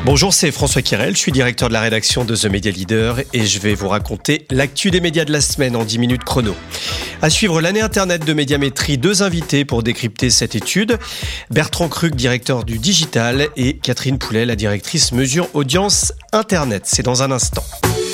Bonjour, c'est François Kirel, je suis directeur de la rédaction de The Media Leader et je vais vous raconter l'actu des médias de la semaine en 10 minutes chrono. À suivre l'année Internet de Médiamétrie, 2 invités pour décrypter cette étude. Bertrand Krug, directeur du digital, et Catherine Poulet, la directrice mesure audience Internet. C'est dans un instant.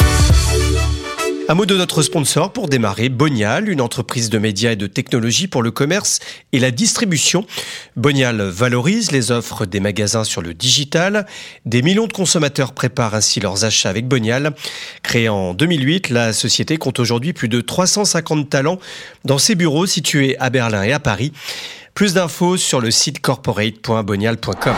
Un mot de notre sponsor pour démarrer, Bonial, une entreprise de médias et de technologie pour le commerce et la distribution. Bonial valorise les offres des magasins sur le digital. Des millions de consommateurs préparent ainsi leurs achats avec Bonial. Créée en 2008, la société compte aujourd'hui plus de 350 talents dans ses bureaux situés à Berlin et à Paris. Plus d'infos sur le site corporate.bonial.com.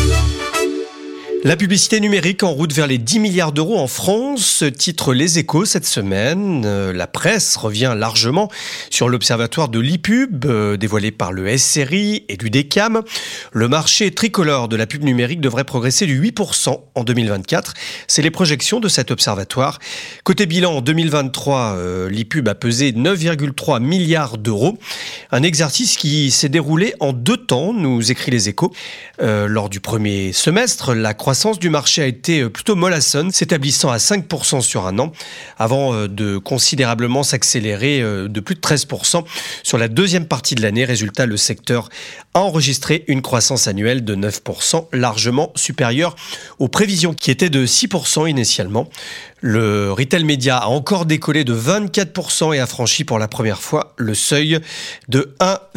La publicité numérique en route vers les 10 milliards d'euros en France, titre Les Échos cette semaine. La presse revient largement sur l'observatoire de l'e-pub, dévoilé par le SRI et l'UDECAM. Le marché tricolore de la pub numérique devrait progresser de 8% en 2024. C'est les projections de cet observatoire. Côté bilan, en 2023, l'e-pub a pesé 9,3 milliards d'euros. Un exercice qui s'est déroulé en 2 temps, nous écrit Les Échos. Lors du premier semestre, la croissance du marché a été plutôt mollassonne, s'établissant à 5% sur un an, avant de considérablement s'accélérer de plus de 13% sur la deuxième partie de l'année. Résultat, le secteur a enregistré une croissance annuelle de 9%, largement supérieure aux prévisions qui étaient de 6% initialement. Le retail média a encore décollé de 24% et a franchi pour la première fois le seuil de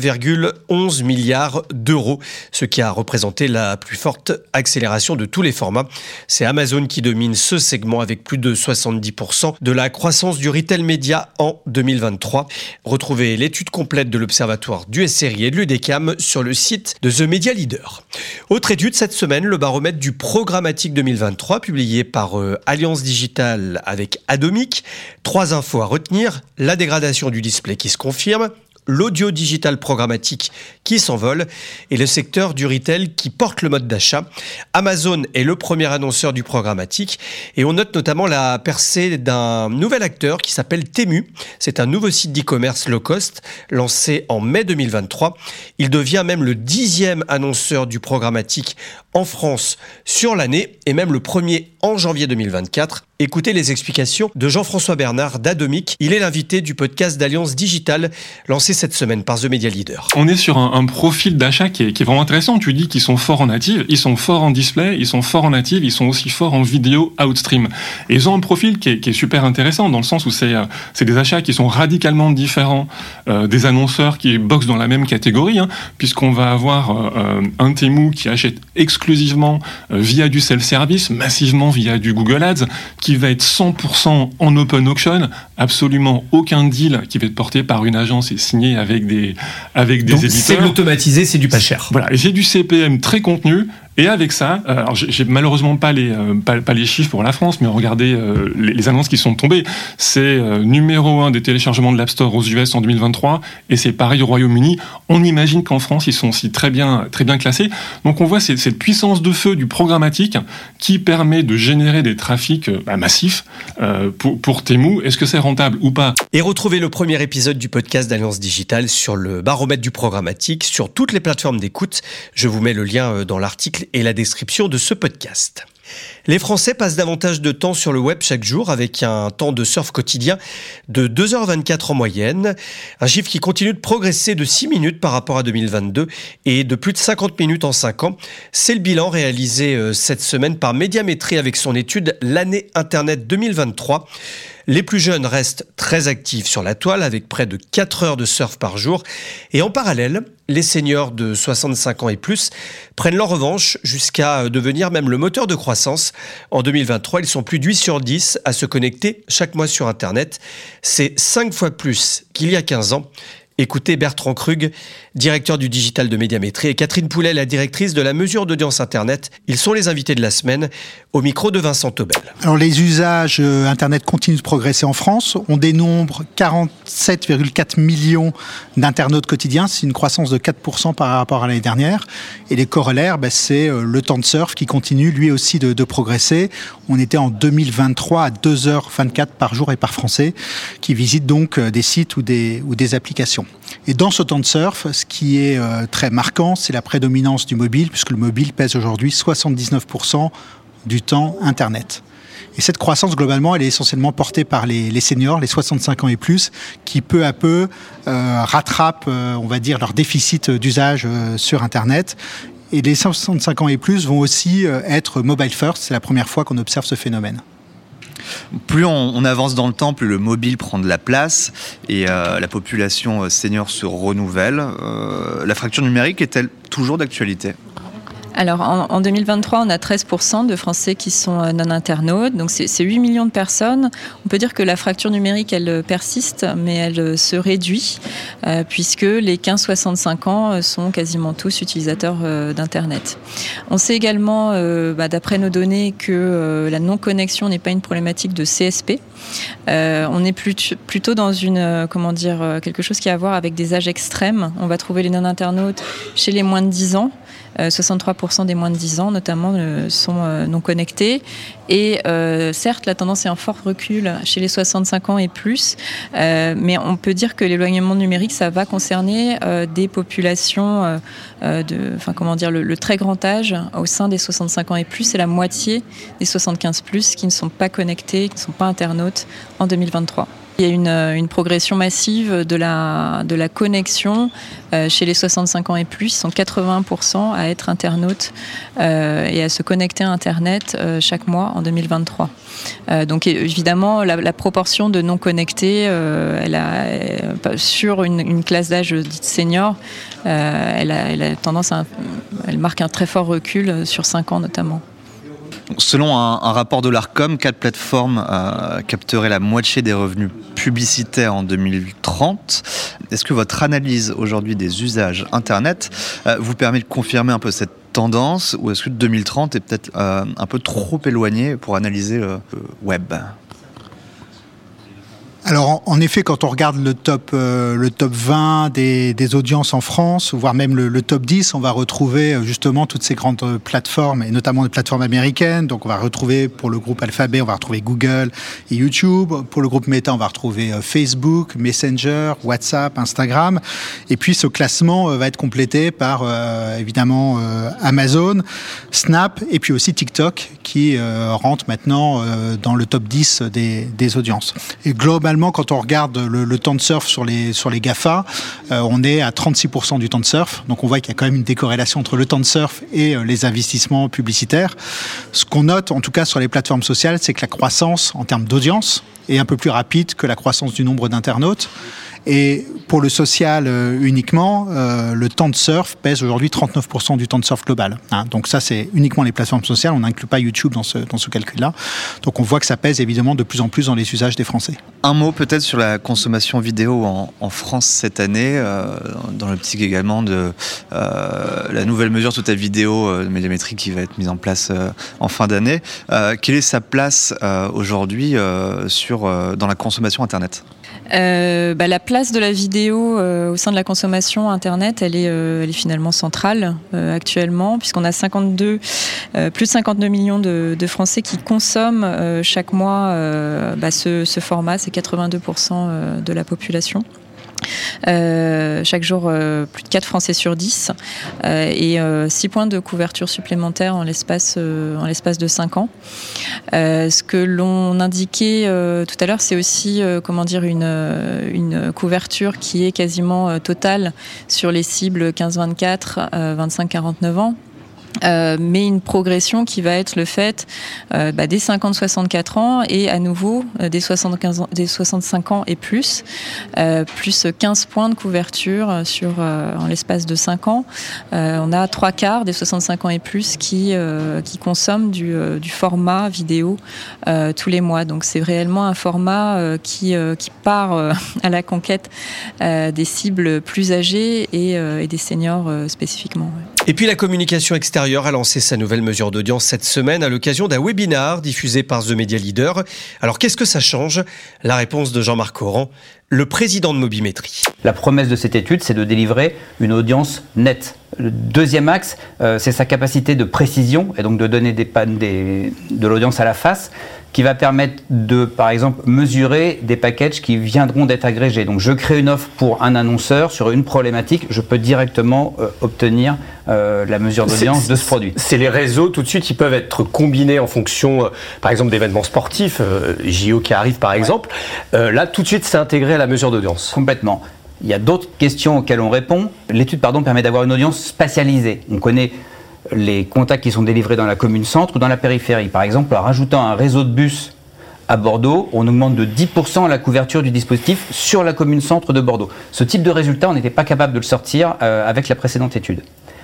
1,11 milliard d'euros, ce qui a représenté la plus forte accélération de tous les formats. C'est Amazon qui domine ce segment avec plus de 70% de la croissance du retail média en 2023. Retrouvez l'étude complète de l'Observatoire du SRI et de l'UDECAM sur le site de The Media Leader. Autre étude cette semaine, le baromètre du programmatique 2023 publié par Alliance Digital avec Atomic. 3 infos à retenir: la dégradation du display qui se confirme, l'audio digital programmatique qui s'envole et le secteur du retail qui porte le mode d'achat. Amazon est le premier annonceur du programmatique et on note notamment la percée d'un nouvel acteur qui s'appelle Temu. C'est un nouveau site d'e-commerce low cost lancé en mai 2023. Il devient même le 10e annonceur du programmatique en France sur l'année et même le premier en janvier 2024. Écoutez les explications de Jean-François Bernard d'Atomic. Il est l'invité du podcast d'Alliance Digital lancé cette semaine par The Media Leader. On est sur un profil d'achat qui est vraiment intéressant. Tu dis qu'ils sont forts en native, ils sont forts en display, ils sont forts en native, ils sont aussi forts en vidéo outstream. Et ils ont un profil qui est super intéressant dans le sens où c'est des achats qui sont radicalement différents des annonceurs qui boxent dans la même catégorie, puisqu'on va avoir un Temu qui achète exclusivement via du self-service, massivement via du Google Ads, qui va être 100% en open auction, absolument aucun deal qui va être porté par une agence et signé avec des éditeurs. C'est de l'automatisé, c'est du pas cher. Voilà, et j'ai du CPM très contenu. Et avec ça, alors j'ai malheureusement pas les chiffres pour la France, mais regardez les annonces qui sont tombées. C'est numéro 1 des téléchargements de l'App Store aux US en 2023, et c'est pareil au Royaume-Uni. On imagine qu'en France, ils sont aussi très bien classés. Donc on voit cette puissance de feu du programmatique qui permet de générer des trafics massifs pour Temu. Est-ce que c'est rentable ou pas ? Et retrouvez le premier épisode du podcast d'Alliance Digital sur le baromètre du programmatique sur toutes les plateformes d'écoute. Je vous mets le lien dans l'article et la description de ce podcast. Les Français passent davantage de temps sur le web chaque jour avec un temps de surf quotidien de 2h24 en moyenne. Un chiffre qui continue de progresser de 6 minutes par rapport à 2022 et de plus de 50 minutes en 5 ans. C'est le bilan réalisé cette semaine par Médiamétrie avec son étude L'année Internet 2023. Les plus jeunes restent très actifs sur la toile avec près de 4 heures de surf par jour. Et en parallèle, les seniors de 65 ans et plus prennent leur revanche jusqu'à devenir même le moteur de croissance. En 2023, ils sont plus de 8 sur 10 à se connecter chaque mois sur Internet. C'est 5 fois plus qu'il y a 15 ans. Écoutez Bertrand Krug, directeur du digital de Médiamétrie, et Catherine Poulet, la directrice de la mesure d'audience Internet. Ils sont les invités de la semaine, au micro de Vincent Taubel. Alors les usages Internet continuent de progresser en France. On dénombre 47,4 millions d'internautes quotidiens. C'est une croissance de 4% par rapport à l'année dernière. Et les corollaires, c'est le temps de surf qui continue lui aussi de progresser. On était en 2023 à 2h24 par jour et par Français qui visitent donc des sites ou des applications. Et dans ce temps de surf, ce qui est très marquant, c'est la prédominance du mobile, puisque le mobile pèse aujourd'hui 79% du temps Internet. Et cette croissance, globalement, elle est essentiellement portée par les seniors, les 65 ans et plus, qui peu à peu rattrapent, on va dire, leur déficit d'usage sur Internet. Et les 65 ans et plus vont aussi être mobile first. C'est la première fois qu'on observe ce phénomène. Plus on avance dans le temps, plus le mobile prend de la place et la population senior se renouvelle. La fracture numérique est-elle toujours d'actualité ? Alors en 2023, on a 13% de Français qui sont non-internautes, donc c'est 8 millions de personnes. On peut dire que la fracture numérique, elle persiste, mais elle se réduit, puisque les 15-65 ans sont quasiment tous utilisateurs d'Internet. On sait également, d'après nos données, que la non-connexion n'est pas une problématique de CSP. On est plutôt dans quelque chose qui a à voir avec des âges extrêmes. On va trouver les non-internautes chez les moins de 10 ans. 63% des moins de 10 ans, notamment, sont non connectés. Et certes, la tendance est en fort recul chez les 65 ans et plus, mais on peut dire que l'éloignement numérique, ça va concerner des populations le très grand âge au sein des 65 ans et plus. C'est la moitié des 75 plus qui ne sont pas connectés, qui ne sont pas internautes en 2023. Il y a une progression massive de la connexion chez les 65 ans et plus. Ils sont 80% à être internautes et à se connecter à Internet chaque mois en 2023. Donc évidemment, la proportion de non connectés, sur une classe d'âge dite senior, elle a tendance elle marque un très fort recul sur 5 ans notamment. Selon un rapport de l'Arcom, 4 plateformes capteraient la moitié des revenus publicitaires en 2030. Est-ce que votre analyse aujourd'hui des usages Internet vous permet de confirmer un peu cette tendance, ou est-ce que 2030 est peut-être un peu trop éloigné pour analyser le web ? Alors, en effet, quand on regarde le top 20 des audiences en France, voire même le top 10, on va retrouver justement toutes ces grandes plateformes, et notamment les plateformes américaines. Donc, on va retrouver, pour le groupe Alphabet, on va retrouver Google et YouTube. Pour le groupe Meta, on va retrouver Facebook, Messenger, WhatsApp, Instagram. Et puis, ce classement va être complété par, évidemment, Amazon, Snap, et puis aussi TikTok, qui rentre maintenant dans le top 10 des audiences. Et globalement, quand on regarde le temps de surf sur les GAFA, on est à 36% du temps de surf. Donc on voit qu'il y a quand même une décorrélation entre le temps de surf et les investissements publicitaires. Ce qu'on note, en tout cas sur les plateformes sociales, c'est que la croissance en termes d'audience est un peu plus rapide que la croissance du nombre d'internautes. Et pour le social uniquement, le temps de surf pèse aujourd'hui 39% du temps de surf global. Donc ça, c'est uniquement les plateformes sociales. On n'inclut pas YouTube dans ce calcul-là. Donc on voit que ça pèse évidemment de plus en plus dans les usages des Français. Un mot peut-être sur la consommation vidéo en France cette année, dans l'optique également de la nouvelle mesure toute la vidéo de médiamétrie qui va être mise en place en fin d'année. Quelle est sa place aujourd'hui dans la consommation Internet ? La place de la vidéo au sein de la consommation Internet, elle est finalement centrale actuellement, puisqu'on a plus de 52 millions de Français qui consomment chaque mois ce format, c'est 82% de la population. Chaque jour, plus de 4 Français sur 10 et 6 points de couverture supplémentaires en l'espace de 5 ans. Ce que l'on indiquait tout à l'heure, c'est aussi une couverture qui est quasiment totale sur les cibles 15-24, 25-49 ans. Mais une progression qui va être le fait des 50-64 ans et à nouveau des 65 ans et plus 15 points de couverture en l'espace de 5 ans. On a 3/4 des 65 ans et plus qui consomment du format vidéo tous les mois. Donc c'est réellement un format qui part à la conquête des cibles plus âgées et des seniors spécifiquement. Ouais. Et puis la communication extérieure a lancé sa nouvelle mesure d'audience cette semaine à l'occasion d'un webinar diffusé par The Media Leader. Alors qu'est-ce que ça change ? La réponse de Jean-Marc Oran, le président de Mobimétrie. La promesse de cette étude, c'est de délivrer une audience nette. Le deuxième axe, c'est sa capacité de précision et donc de donner de l'audience à la face, qui va permettre de, par exemple, mesurer des packages qui viendront d'être agrégés. Donc je crée une offre pour un annonceur sur une problématique, je peux directement obtenir la mesure d'audience de ce produit. C'est les réseaux tout de suite qui peuvent être combinés en fonction, par exemple, d'événements sportifs, JO qui arrivent par exemple. Là, tout de suite, c'est intégré à la mesure d'audience. Complètement. Il y a d'autres questions auxquelles on répond. L'étude, permet d'avoir une audience spatialisée. On connaît les contacts qui sont délivrés dans la commune-centre ou dans la périphérie. Par exemple, en rajoutant un réseau de bus à Bordeaux, on augmente de 10% la couverture du dispositif sur la commune-centre de Bordeaux. Ce type de résultat, on n'était pas capable de le sortir avec la précédente étude.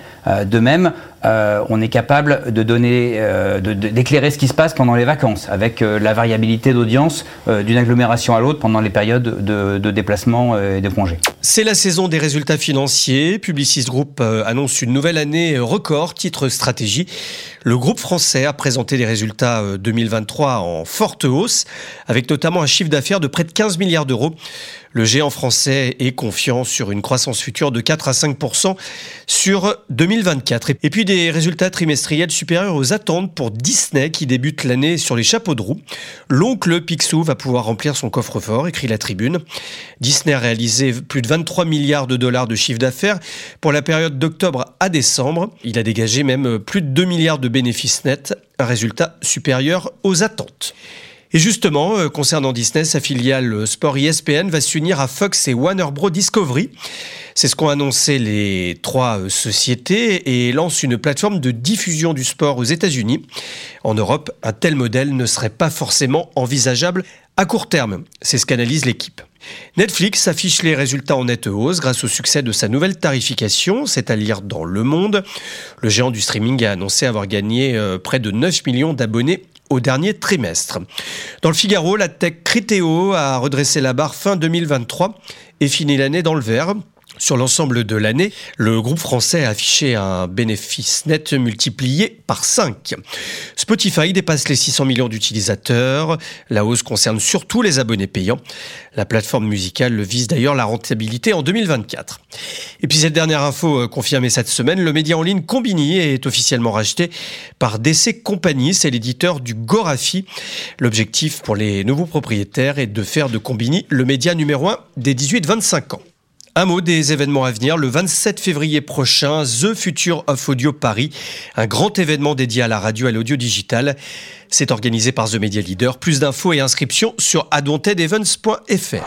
De même, on est capable de donner, d'éclairer ce qui se passe pendant les vacances, avec la variabilité d'audience d'une agglomération à l'autre pendant les périodes de déplacement et de congés. C'est la saison des résultats financiers. Publicis Group annonce une nouvelle année record, titre stratégie. Le groupe français a présenté des résultats 2023 en forte hausse, avec notamment un chiffre d'affaires de près de 15 milliards d'euros. Le géant français est confiant sur une croissance future de 4 à 5% sur 2024. Et puis des résultats trimestriels supérieurs aux attentes pour Disney qui débute l'année sur les chapeaux de roue. L'oncle Picsou va pouvoir remplir son coffre-fort, écrit la Tribune. Disney a réalisé plus de 23 milliards de dollars de chiffre d'affaires pour la période d'octobre à décembre. Il a dégagé même plus de 2 milliards de bénéfices nets, un résultat supérieur aux attentes. Et justement, concernant Disney, sa filiale sport ESPN va s'unir à Fox et Warner Bros. Discovery. C'est ce qu'ont annoncé les trois sociétés et lance une plateforme de diffusion du sport aux États-Unis. En Europe, un tel modèle ne serait pas forcément envisageable à court terme. C'est ce qu'analyse l'équipe. Netflix affiche les résultats en nette hausse grâce au succès de sa nouvelle tarification, c'est à lire dans Le Monde. Le géant du streaming a annoncé avoir gagné près de 9 millions d'abonnés au dernier trimestre. Dans le Figaro, la tech Criteo a redressé la barre fin 2023 et fini l'année dans le vert. Sur l'ensemble de l'année, le groupe français a affiché un bénéfice net multiplié par 5. Spotify dépasse les 600 millions d'utilisateurs. La hausse concerne surtout les abonnés payants. La plateforme musicale vise d'ailleurs la rentabilité en 2024. Et puis cette dernière info confirmée cette semaine, le média en ligne Combini est officiellement racheté par DC Company, c'est l'éditeur du Gorafi. L'objectif pour les nouveaux propriétaires est de faire de Combini le média numéro 1 des 18-25 ans. Un mot des événements à venir. Le 27 février prochain, The Future of Audio Paris, un grand événement dédié à la radio et à l'audio digital. C'est organisé par The Media Leader. Plus d'infos et inscriptions sur adwantedevents.fr.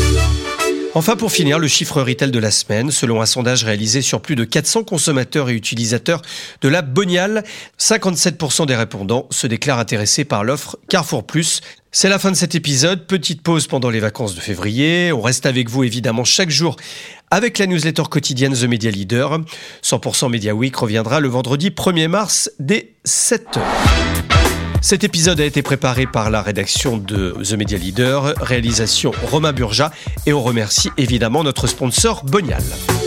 Enfin, pour finir, le chiffre retail de la semaine. Selon un sondage réalisé sur plus de 400 consommateurs et utilisateurs de l'app Bonial, 57% des répondants se déclarent intéressés par l'offre Carrefour Plus. C'est la fin de cet épisode. Petite pause pendant les vacances de février. On reste avec vous évidemment chaque jour avec la newsletter quotidienne The Media Leader. 100% Media Week reviendra le vendredi 1er mars dès 7h. Cet épisode a été préparé par la rédaction de The Media Leader, réalisation Romain Burja, et on remercie évidemment notre sponsor Bonial.